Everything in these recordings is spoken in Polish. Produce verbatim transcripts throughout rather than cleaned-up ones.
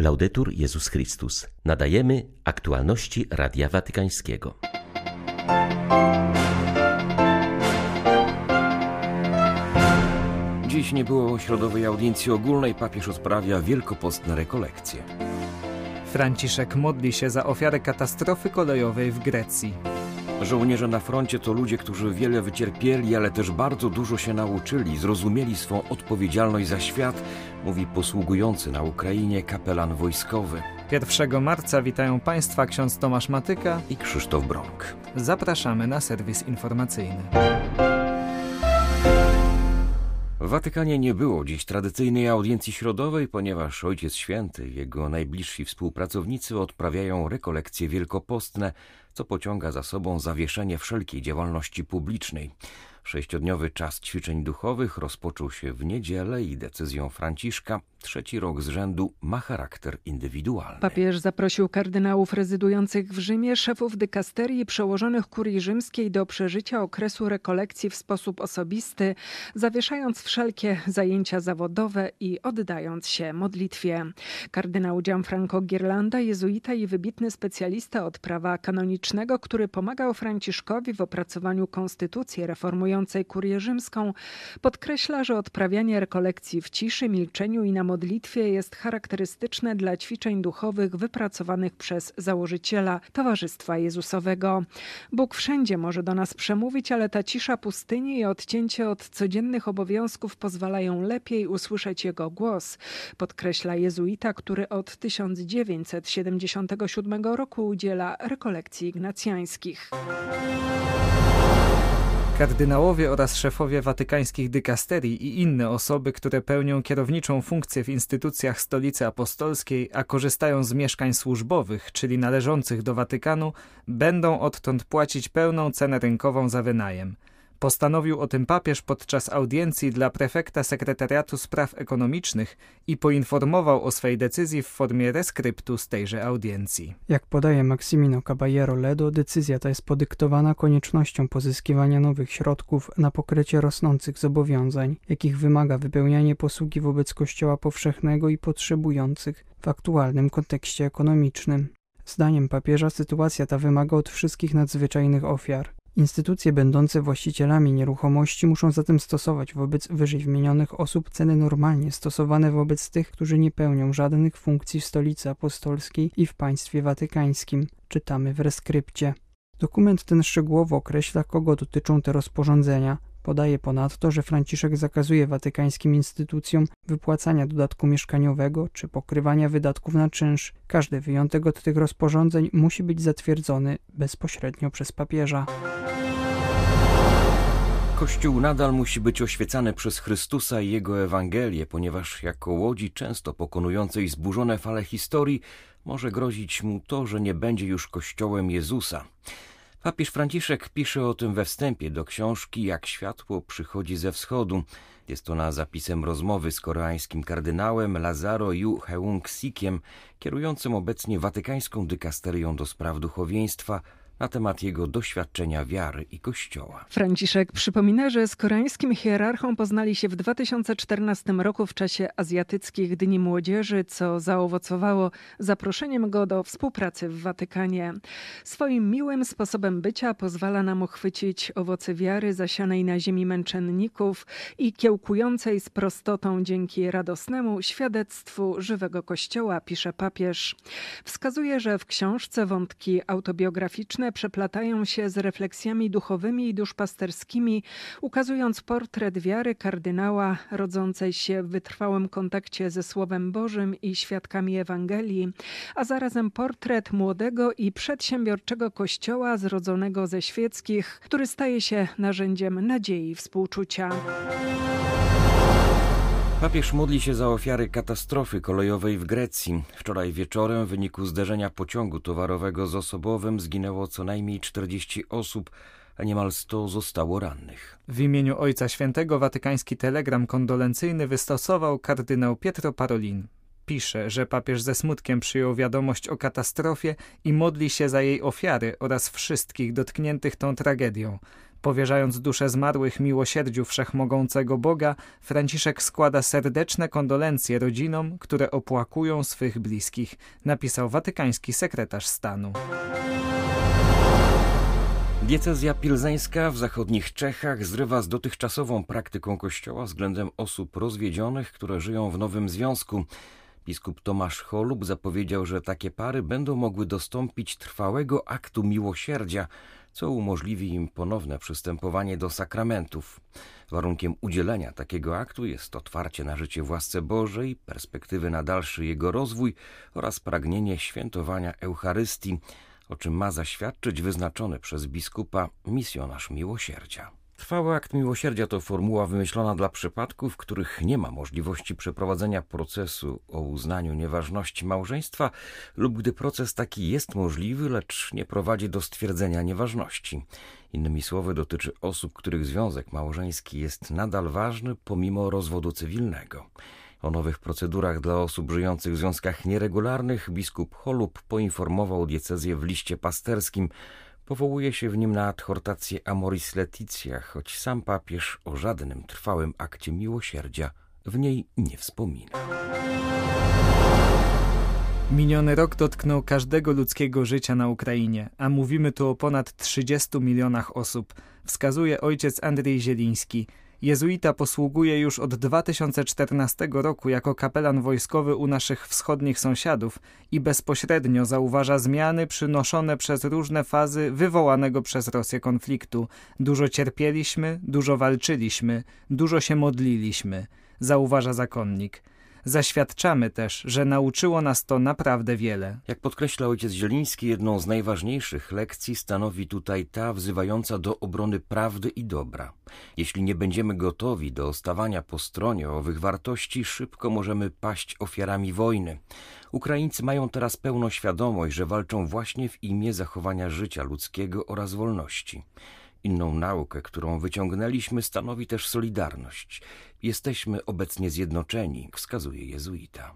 Laudetur Jezus Chrystus. Nadajemy aktualności Radia Watykańskiego. Dziś nie było środowej audiencji ogólnej. Papież odprawia wielkopostne rekolekcje. Franciszek modli się za ofiarę katastrofy kolejowej w Grecji. Żołnierze na froncie to ludzie, którzy wiele wycierpieli, ale też bardzo dużo się nauczyli, zrozumieli swą odpowiedzialność za świat, mówi posługujący na Ukrainie kapelan wojskowy. pierwszego marca witają Państwa ksiądz Tomasz Matyka i Krzysztof Brąk. Zapraszamy na serwis informacyjny. W Watykanie nie było dziś tradycyjnej audiencji środowej, ponieważ Ojciec Święty i jego najbliżsi współpracownicy odprawiają rekolekcje wielkopostne, co pociąga za sobą zawieszenie wszelkiej działalności publicznej. Sześciodniowy czas ćwiczeń duchowych rozpoczął się w niedzielę i decyzją Franciszka trzeci rok z rzędu ma charakter indywidualny. Papież zaprosił kardynałów rezydujących w Rzymie, szefów dykasterii i przełożonych kurii rzymskiej do przeżycia okresu rekolekcji w sposób osobisty, zawieszając wszelkie zajęcia zawodowe i oddając się modlitwie. Kardynał Gianfranco Ghirlanda, jezuita i wybitny specjalista od prawa kanonicznego, który pomagał Franciszkowi w opracowaniu konstytucji reformującej kurię rzymską, podkreśla, że odprawianie rekolekcji w ciszy, milczeniu i na modlitwie jest charakterystyczne dla ćwiczeń duchowych wypracowanych przez założyciela Towarzystwa Jezusowego. Bóg wszędzie może do nas przemówić, ale ta cisza pustyni i odcięcie od codziennych obowiązków pozwalają lepiej usłyszeć Jego głos, podkreśla jezuita, który od tysiąc dziewięćset siedemdziesiątego siódmego roku udziela rekolekcji ignacjańskich. Kardynałowie oraz szefowie watykańskich dykasterii i inne osoby, które pełnią kierowniczą funkcję w instytucjach Stolicy Apostolskiej, a korzystają z mieszkań służbowych, czyli należących do Watykanu, będą odtąd płacić pełną cenę rynkową za wynajem. Postanowił o tym papież podczas audiencji dla prefekta Sekretariatu Spraw Ekonomicznych i poinformował o swej decyzji w formie reskryptu z tejże audiencji. Jak podaje Maximino Caballero Ledo, decyzja ta jest podyktowana koniecznością pozyskiwania nowych środków na pokrycie rosnących zobowiązań, jakich wymaga wypełnianie posługi wobec Kościoła powszechnego i potrzebujących w aktualnym kontekście ekonomicznym. Zdaniem papieża sytuacja ta wymaga od wszystkich nadzwyczajnych ofiar. Instytucje będące właścicielami nieruchomości muszą zatem stosować wobec wyżej wymienionych osób ceny normalnie stosowane wobec tych, którzy nie pełnią żadnych funkcji w Stolicy Apostolskiej i w państwie watykańskim, czytamy w reskrypcie. Dokument ten szczegółowo określa, kogo dotyczą te rozporządzenia. Podaje ponadto, że Franciszek zakazuje watykańskim instytucjom wypłacania dodatku mieszkaniowego czy pokrywania wydatków na czynsz. Każdy wyjątek od tych rozporządzeń musi być zatwierdzony bezpośrednio przez papieża. Kościół nadal musi być oświecany przez Chrystusa i Jego Ewangelię, ponieważ jako łodzi często pokonującej zburzone fale historii może grozić mu to, że nie będzie już Kościołem Jezusa. Papież Franciszek pisze o tym we wstępie do książki Jak światło przychodzi ze wschodu. Jest ona zapisem rozmowy z koreańskim kardynałem Lazaro Yu Heung-sikiem, kierującym obecnie watykańską dykasterią do spraw duchowieństwa, na temat jego doświadczenia wiary i Kościoła. Franciszek przypomina, że z koreańskim hierarchą poznali się w dwa tysiące czternastym roku w czasie Azjatyckich Dni Młodzieży, co zaowocowało zaproszeniem go do współpracy w Watykanie. Swoim miłym sposobem bycia pozwala nam uchwycić owoce wiary zasianej na ziemi męczenników i kiełkującej z prostotą dzięki radosnemu świadectwu żywego Kościoła, pisze papież. Wskazuje, że w książce wątki autobiograficzne przeplatają się z refleksjami duchowymi i duszpasterskimi, ukazując portret wiary kardynała rodzącej się w wytrwałym kontakcie ze Słowem Bożym i świadkami Ewangelii, a zarazem portret młodego i przedsiębiorczego Kościoła zrodzonego ze świeckich, który staje się narzędziem nadziei i współczucia. Papież modli się za ofiary katastrofy kolejowej w Grecji. Wczoraj wieczorem w wyniku zderzenia pociągu towarowego z osobowym zginęło co najmniej czterdzieści osób, a niemal sto zostało rannych. W imieniu Ojca Świętego watykański telegram kondolencyjny wystosował kardynał Pietro Parolin. Pisze, że papież ze smutkiem przyjął wiadomość o katastrofie i modli się za jej ofiary oraz wszystkich dotkniętych tą tragedią. Powierzając duszę zmarłych miłosierdziu wszechmogącego Boga, Franciszek składa serdeczne kondolencje rodzinom, które opłakują swych bliskich, napisał watykański sekretarz stanu. Diecezja pilzeńska w zachodnich Czechach zrywa z dotychczasową praktyką Kościoła względem osób rozwiedzionych, które żyją w nowym związku. Biskup Tomasz Holub zapowiedział, że takie pary będą mogły dostąpić trwałego aktu miłosierdzia, co umożliwi im ponowne przystępowanie do sakramentów. Warunkiem udzielenia takiego aktu jest otwarcie na życie w łasce Bożej, perspektywy na dalszy jego rozwój oraz pragnienie świętowania Eucharystii, o czym ma zaświadczyć wyznaczony przez biskupa misjonarz miłosierdzia. Trwały akt miłosierdzia to formuła wymyślona dla przypadków, w których nie ma możliwości przeprowadzenia procesu o uznaniu nieważności małżeństwa lub gdy proces taki jest możliwy, lecz nie prowadzi do stwierdzenia nieważności. Innymi słowy, dotyczy osób, których związek małżeński jest nadal ważny pomimo rozwodu cywilnego. O nowych procedurach dla osób żyjących w związkach nieregularnych biskup Holub poinformował diecezję w liście pasterskim. Powołuje się w nim na adhortację Amoris Laetitia, choć sam papież o żadnym trwałym akcie miłosierdzia w niej nie wspomina. Miniony rok dotknął każdego ludzkiego życia na Ukrainie, a mówimy tu o ponad trzydziestu milionach osób, wskazuje ojciec Andrzej Zieliński. Jezuita posługuje już od dwa tysiące czternastego roku jako kapelan wojskowy u naszych wschodnich sąsiadów i bezpośrednio zauważa zmiany przynoszone przez różne fazy wywołanego przez Rosję konfliktu. Dużo cierpieliśmy, dużo walczyliśmy, dużo się modliliśmy, zauważa zakonnik. Zaświadczamy też, że nauczyło nas to naprawdę wiele. Jak podkreśla ojciec Zieliński, jedną z najważniejszych lekcji stanowi tutaj ta wzywająca do obrony prawdy i dobra. Jeśli nie będziemy gotowi do stawania po stronie owych wartości, szybko możemy paść ofiarami wojny. Ukraińcy mają teraz pełną świadomość, że walczą właśnie w imię zachowania życia ludzkiego oraz wolności. Inną naukę, którą wyciągnęliśmy, stanowi też solidarność. Jesteśmy obecnie zjednoczeni, wskazuje jezuita.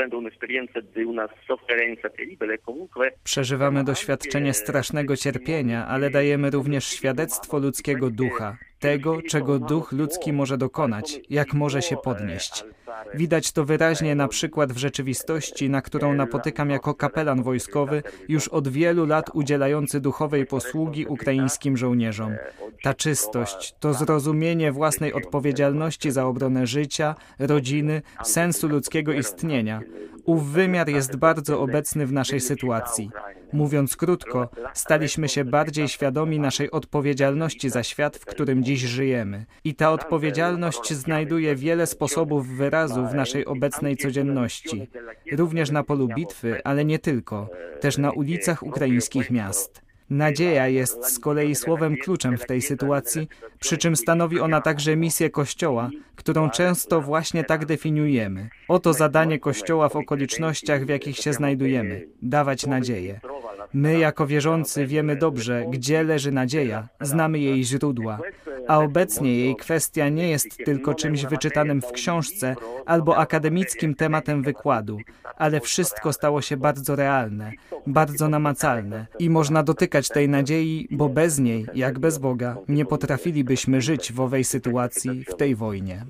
Przeżywamy doświadczenie strasznego cierpienia, ale dajemy również świadectwo ludzkiego ducha, tego, czego duch ludzki może dokonać, jak może się podnieść. Widać to wyraźnie na przykład w rzeczywistości, na którą napotykam jako kapelan wojskowy, już od wielu lat udzielający duchowej posługi ukraińskim żołnierzom. Ta czystość, to zrozumienie własnej odpowiedzialności za obronę życia, rodziny, sensu ludzkiego istnienia. Ów wymiar jest bardzo obecny w naszej sytuacji. Mówiąc krótko, staliśmy się bardziej świadomi naszej odpowiedzialności za świat, w którym dziś żyjemy. I ta odpowiedzialność znajduje wiele sposobów wyrazu w naszej obecnej codzienności. Również na polu bitwy, ale nie tylko. Też na ulicach ukraińskich miast. Nadzieja jest z kolei słowem kluczem w tej sytuacji, przy czym stanowi ona także misję Kościoła, którą często właśnie tak definiujemy. Oto zadanie Kościoła w okolicznościach, w jakich się znajdujemy – dawać nadzieję. My jako wierzący wiemy dobrze, gdzie leży nadzieja, znamy jej źródła, a obecnie jej kwestia nie jest tylko czymś wyczytanym w książce albo akademickim tematem wykładu, ale wszystko stało się bardzo realne, bardzo namacalne i można dotykać tej nadziei, bo bez niej, jak bez Boga, nie potrafilibyśmy żyć w owej sytuacji, w tej wojnie.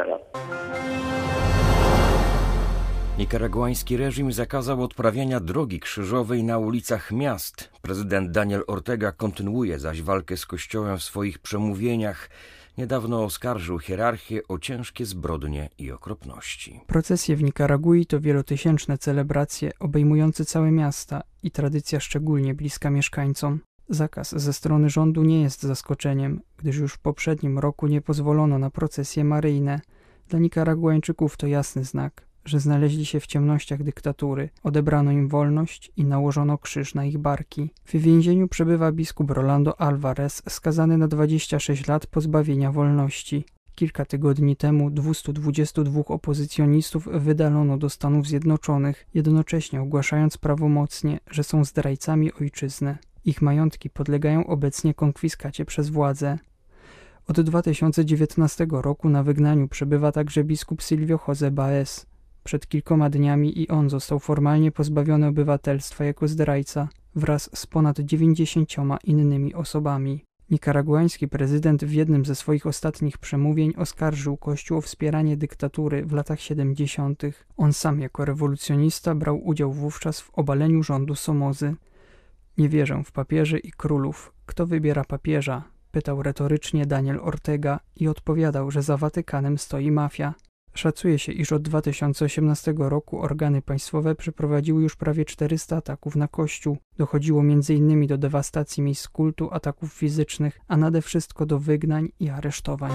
Nikaraguański reżim zakazał odprawiania drogi krzyżowej na ulicach miast. Prezydent Daniel Ortega kontynuuje zaś walkę z Kościołem w swoich przemówieniach. Niedawno oskarżył hierarchię o ciężkie zbrodnie i okropności. Procesje w Nikaragui to wielotysięczne celebracje obejmujące całe miasta i tradycja szczególnie bliska mieszkańcom. Zakaz ze strony rządu nie jest zaskoczeniem, gdyż już w poprzednim roku nie pozwolono na procesje maryjne. Dla Nikaraguańczyków to jasny znak, że znaleźli się w ciemnościach dyktatury, odebrano im wolność i nałożono krzyż na ich barki. W więzieniu przebywa biskup Rolando Alvarez, skazany na dwadzieścia sześć lat pozbawienia wolności. Kilka tygodni temu dwieście dwadzieścia dwa opozycjonistów wydalono do Stanów Zjednoczonych, jednocześnie ogłaszając prawomocnie, że są zdrajcami ojczyzny. Ich majątki podlegają obecnie konfiskacie przez władze. Od dwa tysiące dziewiętnastego roku na wygnaniu przebywa także biskup Silvio José Baez. Przed kilkoma dniami i on został formalnie pozbawiony obywatelstwa jako zdrajca wraz z ponad dziewięćdziesięcioma innymi osobami. Nikaraguański prezydent w jednym ze swoich ostatnich przemówień oskarżył Kościół o wspieranie dyktatury w latach siedemdziesiątych. On sam jako rewolucjonista brał udział wówczas w obaleniu rządu Somozy. Nie wierzę w papieży i królów. Kto wybiera papieża? Pytał retorycznie Daniel Ortega i odpowiadał, że za Watykanem stoi mafia. Szacuje się, iż od dwa tysiące osiemnastego roku organy państwowe przeprowadziły już prawie czterysta ataków na Kościół. Dochodziło między innymi do dewastacji miejsc kultu, ataków fizycznych, a nade wszystko do wygnań i aresztowań.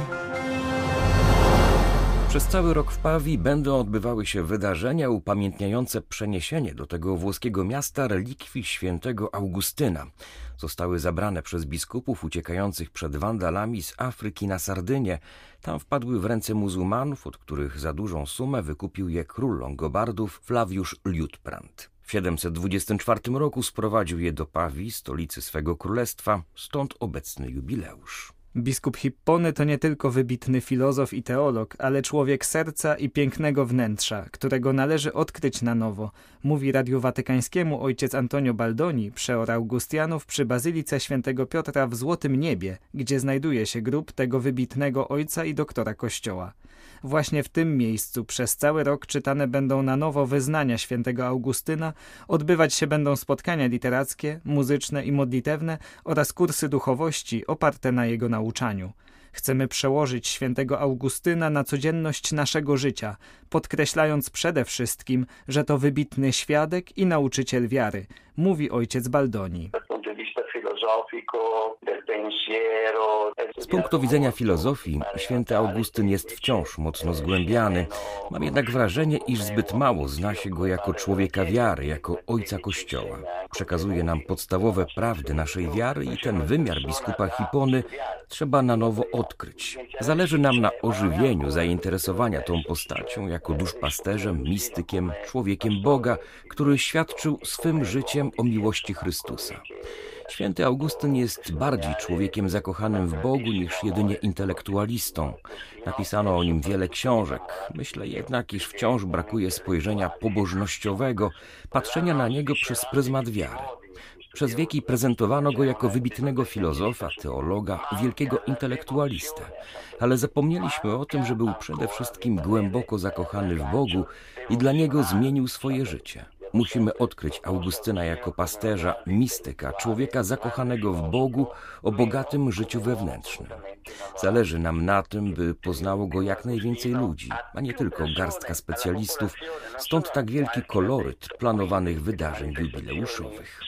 Przez cały rok w Pawii będą odbywały się wydarzenia upamiętniające przeniesienie do tego włoskiego miasta relikwii świętego Augustyna. Zostały zabrane przez biskupów uciekających przed Wandalami z Afryki na Sardynię. Tam wpadły w ręce muzułmanów, od których za dużą sumę wykupił je król Longobardów Flaviusz Liutprand. W siedemset dwudziestym czwartym roku sprowadził je do Pawii, stolicy swego królestwa, stąd obecny jubileusz. Biskup Hippony to nie tylko wybitny filozof i teolog, ale człowiek serca i pięknego wnętrza, którego należy odkryć na nowo, mówi Radiu Watykańskiemu ojciec Antonio Baldoni, przeor Augustianów przy Bazylice Świętego Piotra w Złotym Niebie, gdzie znajduje się grób tego wybitnego ojca i doktora Kościoła. Właśnie w tym miejscu przez cały rok czytane będą na nowo wyznania świętego Augustyna, odbywać się będą spotkania literackie, muzyczne i modlitewne oraz kursy duchowości oparte na jego nauczaniu. Chcemy przełożyć świętego Augustyna na codzienność naszego życia, podkreślając przede wszystkim, że to wybitny świadek i nauczyciel wiary, mówi ojciec Baldoni. Z punktu widzenia filozofii, święty Augustyn jest wciąż mocno zgłębiany. Mam jednak wrażenie, iż zbyt mało zna się go jako człowieka wiary, jako ojca Kościoła. Przekazuje nam podstawowe prawdy naszej wiary i ten wymiar biskupa Hippony trzeba na nowo odkryć. Zależy nam na ożywieniu zainteresowania tą postacią jako duszpasterzem, mistykiem, człowiekiem Boga, który świadczył swym życiem o miłości Chrystusa. Święty Augustyn jest bardziej człowiekiem zakochanym w Bogu niż jedynie intelektualistą. Napisano o nim wiele książek. Myślę jednak, iż wciąż brakuje spojrzenia pobożnościowego, patrzenia na niego przez pryzmat wiary. Przez wieki prezentowano go jako wybitnego filozofa, teologa, wielkiego intelektualistę. Ale zapomnieliśmy o tym, że był przede wszystkim głęboko zakochany w Bogu i dla niego zmienił swoje życie. Musimy odkryć Augustyna jako pasterza, mistyka, człowieka zakochanego w Bogu, o bogatym życiu wewnętrznym. Zależy nam na tym, by poznało go jak najwięcej ludzi, a nie tylko garstka specjalistów, stąd tak wielki koloryt planowanych wydarzeń jubileuszowych.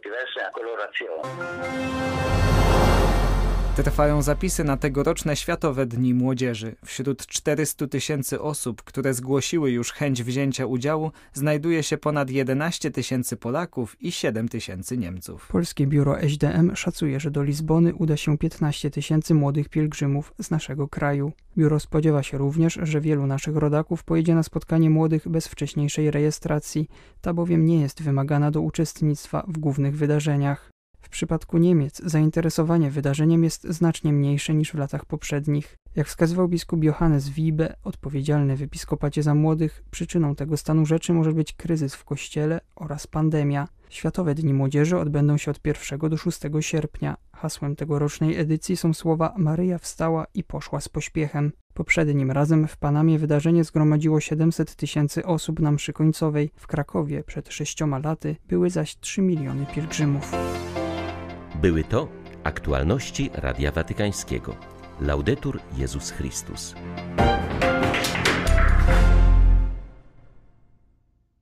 Trwają zapisy na tegoroczne Światowe Dni Młodzieży. Wśród czterystu tysięcy osób, które zgłosiły już chęć wzięcia udziału, znajduje się ponad jedenaście tysięcy Polaków i siedem tysięcy Niemców. Polskie biuro S D M szacuje, że do Lizbony uda się piętnaście tysięcy młodych pielgrzymów z naszego kraju. Biuro spodziewa się również, że wielu naszych rodaków pojedzie na spotkanie młodych bez wcześniejszej rejestracji, ta bowiem nie jest wymagana do uczestnictwa w głównych wydarzeniach. W przypadku Niemiec zainteresowanie wydarzeniem jest znacznie mniejsze niż w latach poprzednich. Jak wskazywał biskup Johannes Wiebe, odpowiedzialny w episkopacie za młodych, przyczyną tego stanu rzeczy może być kryzys w Kościele oraz pandemia. Światowe Dni Młodzieży odbędą się od pierwszego do szóstego sierpnia. Hasłem tegorocznej edycji są słowa Maryja wstała i poszła z pośpiechem. Poprzednim razem w Panamie wydarzenie zgromadziło siedemset tysięcy osób na mszy końcowej. W Krakowie przed sześcioma laty były zaś trzy miliony pielgrzymów. Były to aktualności Radia Watykańskiego. Laudetur Jezus Chrystus.